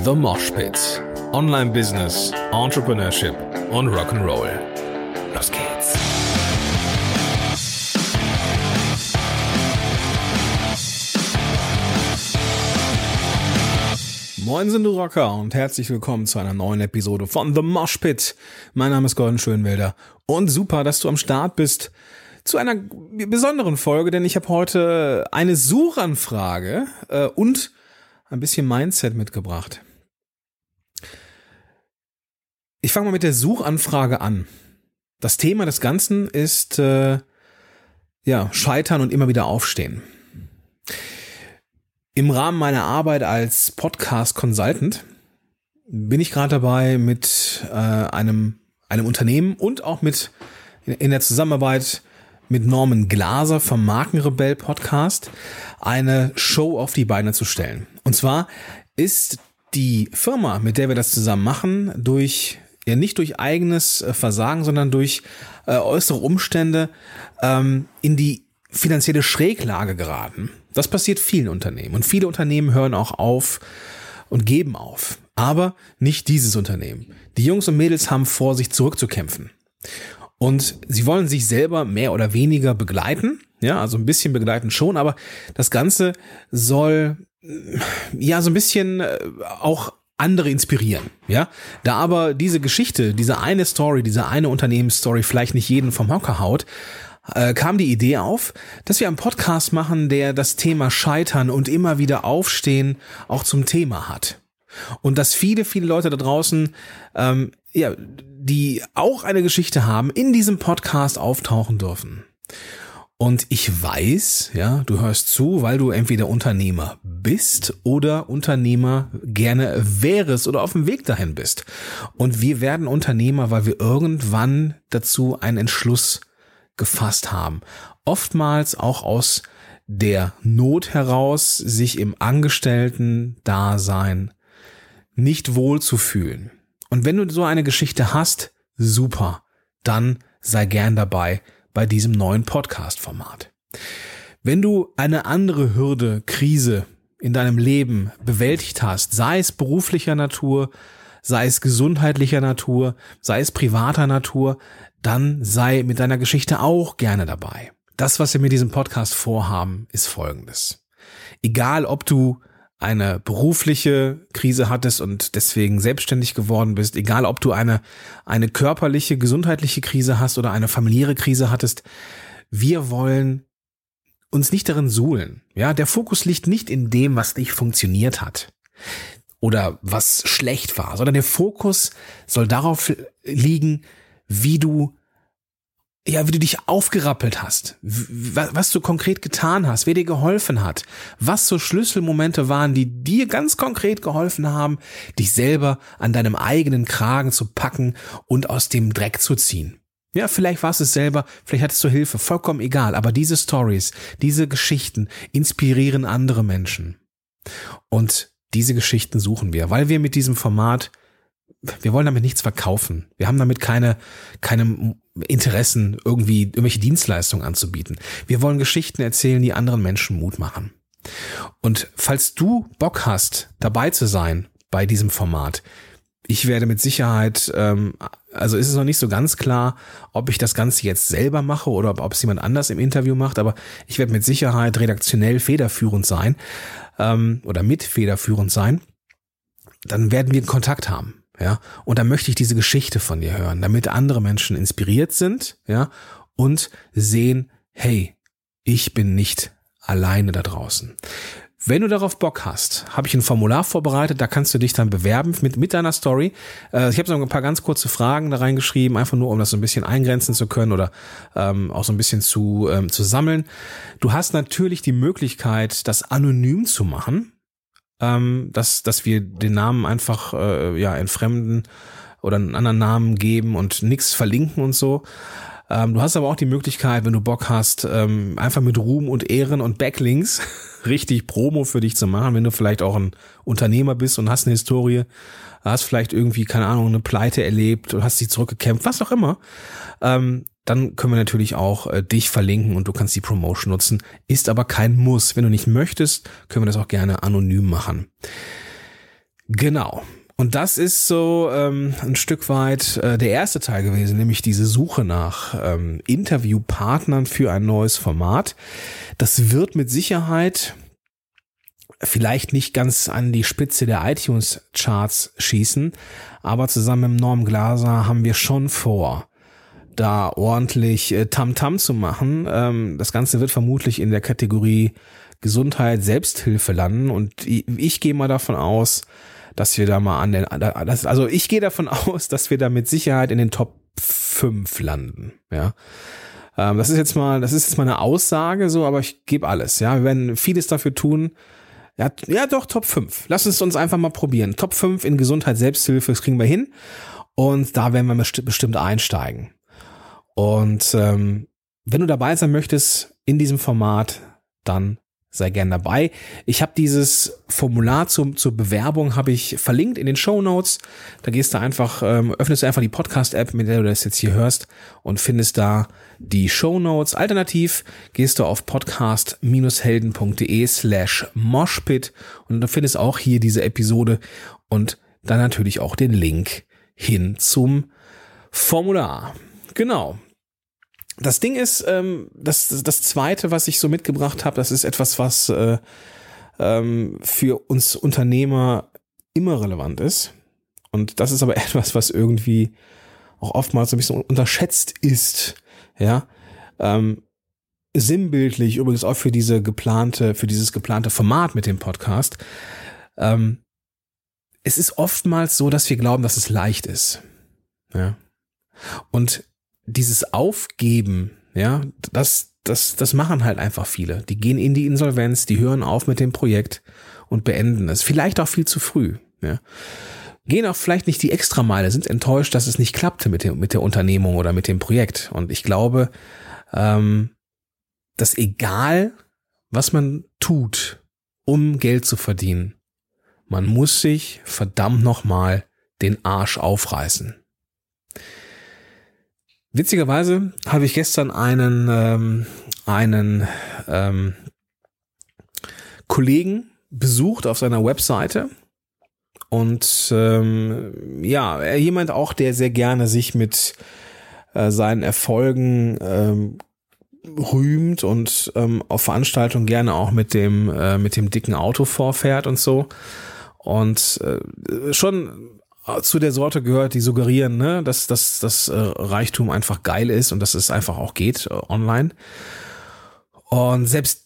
The Mosh Pit. Online Business, Entrepreneurship und Rock'n'Roll. Los geht's. Moinsen, du Rocker, und herzlich willkommen zu einer neuen Episode von The Mosh Pit. Mein Name ist Gordon Schönwelder und super, dass du am Start bist zu einer besonderen Folge, denn ich habe heute eine Suchanfrage und ein bisschen Mindset mitgebracht. Ich fange mal mit der Suchanfrage an. Das Thema des Ganzen ist Scheitern und immer wieder aufstehen. Im Rahmen meiner Arbeit als Podcast-Consultant bin ich gerade dabei, mit einem Unternehmen und auch in der Zusammenarbeit mit Norman Glaser vom Markenrebell Podcast eine Show auf die Beine zu stellen. Und zwar ist die Firma, mit der wir das zusammen machen, nicht durch eigenes Versagen, sondern durch äußere Umstände in die finanzielle Schräglage geraten. Das passiert vielen Unternehmen und viele Unternehmen hören auch auf und geben auf. Aber nicht dieses Unternehmen. Die Jungs und Mädels haben vor, sich zurückzukämpfen. Und sie wollen sich selber mehr oder weniger begleiten. Ja, also ein bisschen begleiten schon, aber das Ganze soll so ein bisschen auch andere inspirieren. Ja, da aber diese Geschichte, diese eine Unternehmensstory vielleicht nicht jeden vom Hocker haut, kam die Idee auf, dass wir einen Podcast machen, der das Thema Scheitern und immer wieder Aufstehen auch zum Thema hat. Und dass viele, viele Leute da draußen, die auch eine Geschichte haben, in diesem Podcast auftauchen dürfen. Und ich weiß, ja, du hörst zu, weil du entweder Unternehmer bist oder Unternehmer gerne wärst oder auf dem Weg dahin bist. Und wir werden Unternehmer, weil wir irgendwann dazu einen Entschluss gefasst haben. Oftmals auch aus der Not heraus, sich im Angestellten-Dasein nicht wohl zu fühlen. Und wenn du so eine Geschichte hast, super, dann sei gern dabei bei diesem neuen Podcast-Format. Wenn du eine andere Hürde, Krise in deinem Leben bewältigt hast, sei es beruflicher Natur, sei es gesundheitlicher Natur, sei es privater Natur, dann sei mit deiner Geschichte auch gerne dabei. Das, was wir mit diesem Podcast vorhaben, ist Folgendes. Egal, ob du eine berufliche Krise hattest und deswegen selbstständig geworden bist, egal, ob du eine körperliche, gesundheitliche Krise hast oder eine familiäre Krise hattest, wir wollen uns nicht darin suhlen. Ja, der Fokus liegt nicht in dem, was nicht funktioniert hat oder was schlecht war, sondern der Fokus soll darauf liegen, wie du dich aufgerappelt hast, was du konkret getan hast, wer dir geholfen hat, was so Schlüsselmomente waren, die dir ganz konkret geholfen haben, dich selber an deinem eigenen Kragen zu packen und aus dem Dreck zu ziehen. Ja, vielleicht warst du es selber, vielleicht hattest du Hilfe, vollkommen egal, aber diese Stories, diese Geschichten inspirieren andere Menschen. Und diese Geschichten suchen wir, weil wir mit diesem Format, wir wollen damit nichts verkaufen. Wir haben damit keine Interessen, irgendwelche Dienstleistungen anzubieten. Wir wollen Geschichten erzählen, die anderen Menschen Mut machen. Und falls du Bock hast, dabei zu sein bei diesem Format, ich werde mit Sicherheit, ist es noch nicht so ganz klar, ob ich das Ganze jetzt selber mache oder ob es jemand anders im Interview macht, aber ich werde mit Sicherheit redaktionell federführend sein oder mit federführend sein. Dann werden wir Kontakt haben. Ja, und dann möchte ich diese Geschichte von dir hören, damit andere Menschen inspiriert sind, ja, und sehen, hey, ich bin nicht alleine da draußen. Wenn du darauf Bock hast, habe ich ein Formular vorbereitet, da kannst du dich dann bewerben mit deiner Story. Ich habe so ein paar ganz kurze Fragen da reingeschrieben, einfach nur, um das so ein bisschen eingrenzen zu können oder auch so ein bisschen zu sammeln. Du hast natürlich die Möglichkeit, das anonym zu machen. Dass wir den Namen einfach entfremden oder einen anderen Namen geben und nichts verlinken und so. Du hast aber auch die Möglichkeit, wenn du Bock hast, einfach mit Ruhm und Ehren und Backlinks richtig Promo für dich zu machen, wenn du vielleicht auch ein Unternehmer bist und hast eine Historie, hast vielleicht irgendwie, keine Ahnung, eine Pleite erlebt und hast dich zurückgekämpft, was auch immer. Dann können wir natürlich auch dich verlinken und du kannst die Promotion nutzen. Ist aber kein Muss. Wenn du nicht möchtest, können wir das auch gerne anonym machen. Genau. Und das ist so ein Stück weit der erste Teil gewesen, nämlich diese Suche nach Interviewpartnern für ein neues Format. Das wird mit Sicherheit vielleicht nicht ganz an die Spitze der iTunes-Charts schießen, aber zusammen mit Norm Glaser haben wir schon vor, da ordentlich Tamtam zu machen. Das Ganze wird vermutlich in der Kategorie Gesundheit, Selbsthilfe landen und ich gehe mal davon aus, dass wir da mal ich gehe davon aus, dass wir da mit Sicherheit in den Top 5 landen, ja. Das ist jetzt mal eine Aussage so, aber ich gebe alles, ja. Wir werden vieles dafür tun. Ja, doch, Top 5. Lass uns einfach mal probieren. Top 5 in Gesundheit, Selbsthilfe, das kriegen wir hin. Und da werden wir bestimmt einsteigen. Und wenn du dabei sein möchtest in diesem Format, dann sei gern dabei. Ich habe dieses Formular zur Bewerbung habe ich verlinkt in den Shownotes. Da gehst du einfach, öffnest du einfach die Podcast-App, mit der du das jetzt hier hörst und findest da die Shownotes. Alternativ gehst du auf podcast-helden.de/moshpit und da findest auch hier diese Episode und dann natürlich auch den Link hin zum Formular. Genau. Das Ding ist, das Zweite, was ich so mitgebracht habe, das ist etwas, was für uns Unternehmer immer relevant ist. Und das ist aber etwas, was irgendwie auch oftmals so ein bisschen unterschätzt ist. Ja, sinnbildlich übrigens auch für dieses geplante Format mit dem Podcast. Es ist oftmals so, dass wir glauben, dass es leicht ist. Ja, und dieses Aufgeben, ja, das machen halt einfach viele. Die gehen in die Insolvenz, die hören auf mit dem Projekt und beenden es. Vielleicht auch viel zu früh, ja. Gehen auch vielleicht nicht die Extrameile, sind enttäuscht, dass es nicht klappte mit der Unternehmung oder mit dem Projekt. Und ich glaube, dass egal, was man tut, um Geld zu verdienen, man muss sich verdammt nochmal den Arsch aufreißen. Witzigerweise habe ich gestern einen Kollegen besucht auf seiner Webseite und jemand auch, der sehr gerne sich mit seinen Erfolgen rühmt und auf Veranstaltungen gerne auch mit dem dicken Auto vorfährt und so und schon zu der Sorte gehört, die suggerieren, ne, dass Reichtum einfach geil ist und dass es einfach auch geht online. Und selbst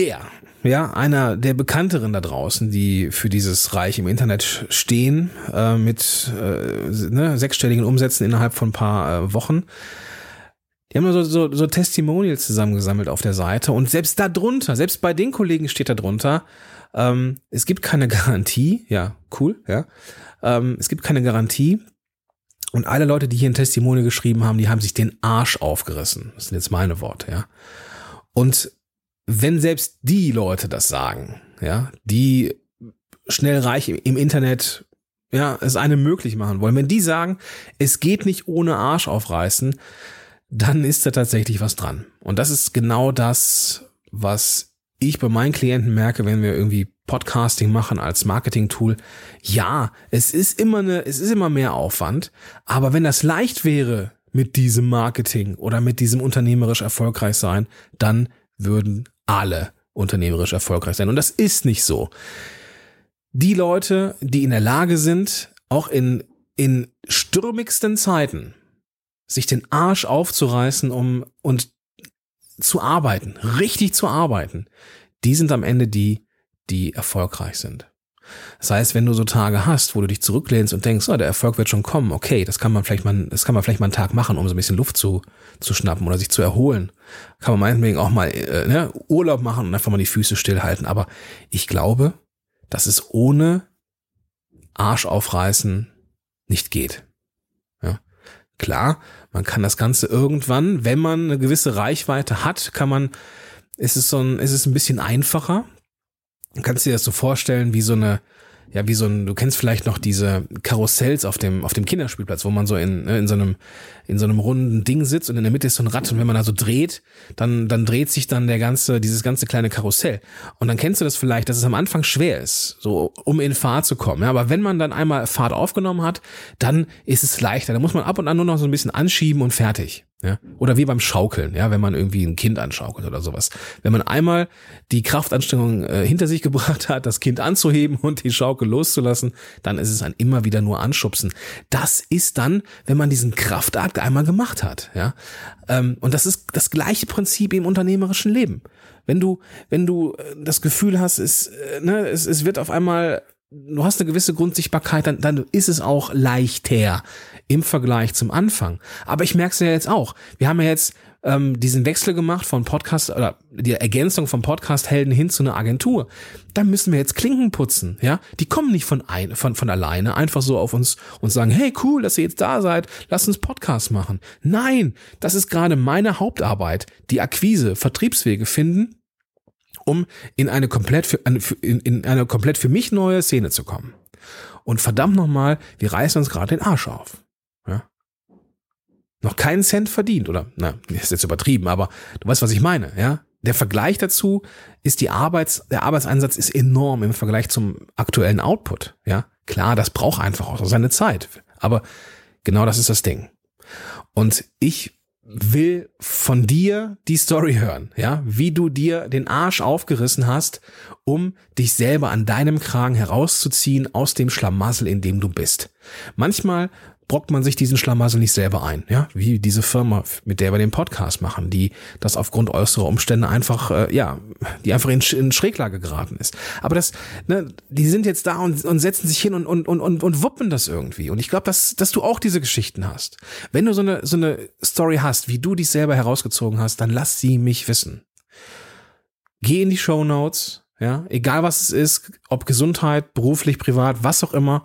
einer der Bekannteren da draußen, die für dieses Reich im Internet stehen, mit sechsstelligen Umsätzen innerhalb von ein paar Wochen, die haben so Testimonials zusammengesammelt auf der Seite und selbst bei den Kollegen steht da drunter, es gibt keine Garantie, ja, cool, ja. Es gibt keine Garantie und alle Leute, die hier ein Testimonial geschrieben haben, die haben sich den Arsch aufgerissen. Das sind jetzt meine Worte, ja. Und wenn selbst die Leute das sagen, ja, die schnell reich im Internet, ja, es einem möglich machen wollen, wenn die sagen, es geht nicht ohne Arsch aufreißen, dann ist da tatsächlich was dran. Und das ist genau das, was ich bei meinen Klienten merke, wenn wir irgendwie Podcasting machen als Marketing-Tool. Ja, es ist immer mehr Aufwand, aber wenn das leicht wäre mit diesem Marketing oder mit diesem unternehmerisch erfolgreich sein, dann würden alle unternehmerisch erfolgreich sein. Und das ist nicht so. Die Leute, die in der Lage sind, auch in stürmigsten Zeiten sich den Arsch aufzureißen, und zu arbeiten, richtig zu arbeiten, die sind am Ende die erfolgreich sind. Das heißt, wenn du so Tage hast, wo du dich zurücklehnst und denkst, der Erfolg wird schon kommen, okay, das kann man vielleicht mal einen Tag machen, um so ein bisschen Luft zu schnappen oder sich zu erholen. Kann man meinetwegen auch mal Urlaub machen und einfach mal die Füße stillhalten. Aber ich glaube, dass es ohne Arsch aufreißen nicht geht. Ja. Klar, man kann das Ganze irgendwann, wenn man eine gewisse Reichweite hat, ist es ein bisschen einfacher. Du kannst dir das so vorstellen wie so eine ja, wie du kennst vielleicht noch diese Karussells auf dem Kinderspielplatz, wo man so in so einem runden Ding sitzt und in der Mitte ist so ein Rad und wenn man da so dreht, dann dreht sich dann dieses ganze kleine Karussell. Und dann kennst du das vielleicht, dass es am Anfang schwer ist, so um in Fahrt zu kommen. Ja, aber wenn man dann einmal Fahrt aufgenommen hat, dann ist es leichter. Da muss man ab und an nur noch so ein bisschen anschieben und fertig. Ja, oder wie beim Schaukeln, ja, wenn man irgendwie ein Kind anschaukelt oder sowas. Wenn man einmal die Kraftanstrengung hinter sich gebracht hat, das Kind anzuheben und die Schaukel loszulassen, dann ist es ein immer wieder nur Anschubsen. Das ist dann, wenn man diesen Kraftakt einmal gemacht hat, ja. Und das ist das gleiche Prinzip im unternehmerischen Leben. Wenn du das Gefühl hast, es wird auf einmal, du hast eine gewisse Grundsichtbarkeit, dann ist es auch leichter im Vergleich zum Anfang. Aber ich merke es ja jetzt auch. Wir haben ja jetzt diesen Wechsel gemacht von Podcast oder die Ergänzung vom Podcast-Helden hin zu einer Agentur. Da müssen wir jetzt Klinken putzen, ja. Die kommen nicht von alleine einfach so auf uns und sagen, hey, cool, dass ihr jetzt da seid, lasst uns Podcast machen. Nein, das ist gerade meine Hauptarbeit, die Akquise, Vertriebswege finden, um in eine komplett für mich neue Szene zu kommen. Und verdammt nochmal, wir reißen uns gerade den Arsch auf. Ja? Noch keinen Cent verdient, oder? Na, ist jetzt übertrieben, aber du weißt, was ich meine, ja? Der Vergleich dazu ist der Arbeitseinsatz ist enorm im Vergleich zum aktuellen Output, ja? Klar, das braucht einfach auch seine Zeit. Aber genau das ist das Ding. Und ich will von dir die Story hören, ja, wie du dir den Arsch aufgerissen hast, um dich selber an deinem Kragen herauszuziehen aus dem Schlamassel, in dem du bist. Manchmal brockt man sich diesen Schlamassel nicht selber ein, ja, wie diese Firma, mit der wir den Podcast machen, die das aufgrund äußerer Umstände einfach, die einfach in Schräglage geraten ist. Aber die sind jetzt da und setzen sich hin und wuppen das irgendwie. Und ich glaube, dass du auch diese Geschichten hast. Wenn du so eine Story hast, wie du dich selber herausgezogen hast, dann lass sie mich wissen. Geh in die Shownotes, ja, egal was es ist, ob Gesundheit, beruflich, privat, was auch immer,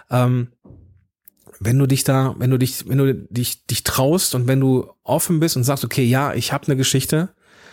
wenn du dich traust und wenn du offen bist und sagst, okay, ja, ich habe eine Geschichte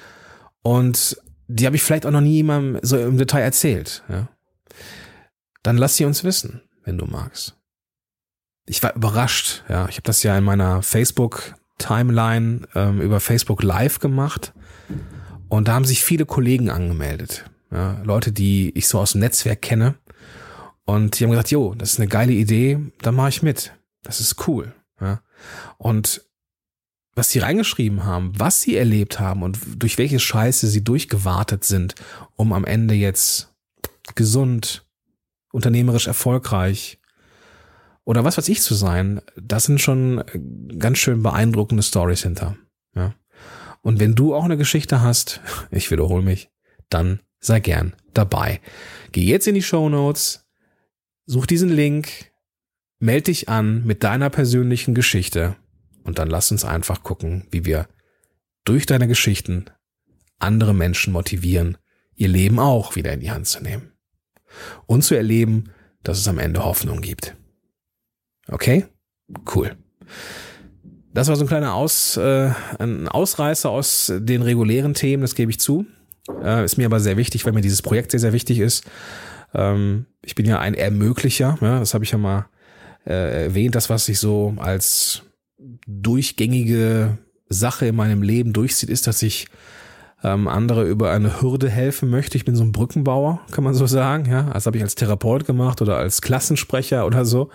und die habe ich vielleicht auch noch nie jemandem so im Detail erzählt, ja, dann lass sie uns wissen, wenn du magst. Ich war überrascht, ja, ich habe das ja in meiner Facebook-Timeline über Facebook Live gemacht und da haben sich viele Kollegen angemeldet, ja, Leute, die ich so aus dem Netzwerk kenne. Und die haben gesagt, jo, das ist eine geile Idee, da mache ich mit. Das ist cool. Ja. Und was sie reingeschrieben haben, was sie erlebt haben und durch welche Scheiße sie durchgewartet sind, um am Ende jetzt gesund, unternehmerisch erfolgreich oder was weiß ich zu sein, das sind schon ganz schön beeindruckende Stories hinter. Ja. Und wenn du auch eine Geschichte hast, ich wiederhole mich, dann sei gern dabei. Geh jetzt in die Shownotes, such diesen Link, meld dich an mit deiner persönlichen Geschichte und dann lass uns einfach gucken, wie wir durch deine Geschichten andere Menschen motivieren, ihr Leben auch wieder in die Hand zu nehmen und zu erleben, dass es am Ende Hoffnung gibt. Okay? Cool. Das war so ein kleiner ein Ausreißer aus den regulären Themen, das gebe ich zu. Ist mir aber sehr wichtig, weil mir dieses Projekt sehr, sehr wichtig ist. Ich bin ja ein Ermöglicher, ja, das habe ich ja mal erwähnt, das, was sich so als durchgängige Sache in meinem Leben durchzieht, ist, dass ich andere über eine Hürde helfen möchte. Ich bin so ein Brückenbauer, kann man so sagen, ja. Das habe ich als Therapeut gemacht oder als Klassensprecher oder so.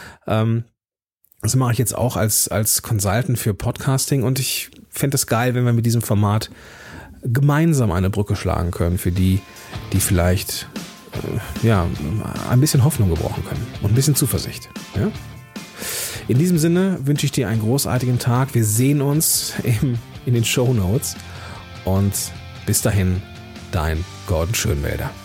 Das mache ich jetzt auch als Consultant für Podcasting und ich fände es geil, wenn wir mit diesem Format gemeinsam eine Brücke schlagen können für die vielleicht ein bisschen Hoffnung gebrauchen können und ein bisschen Zuversicht. Ja? In diesem Sinne wünsche ich dir einen großartigen Tag. Wir sehen uns in den Shownotes und bis dahin, dein Gordon Schönwälder.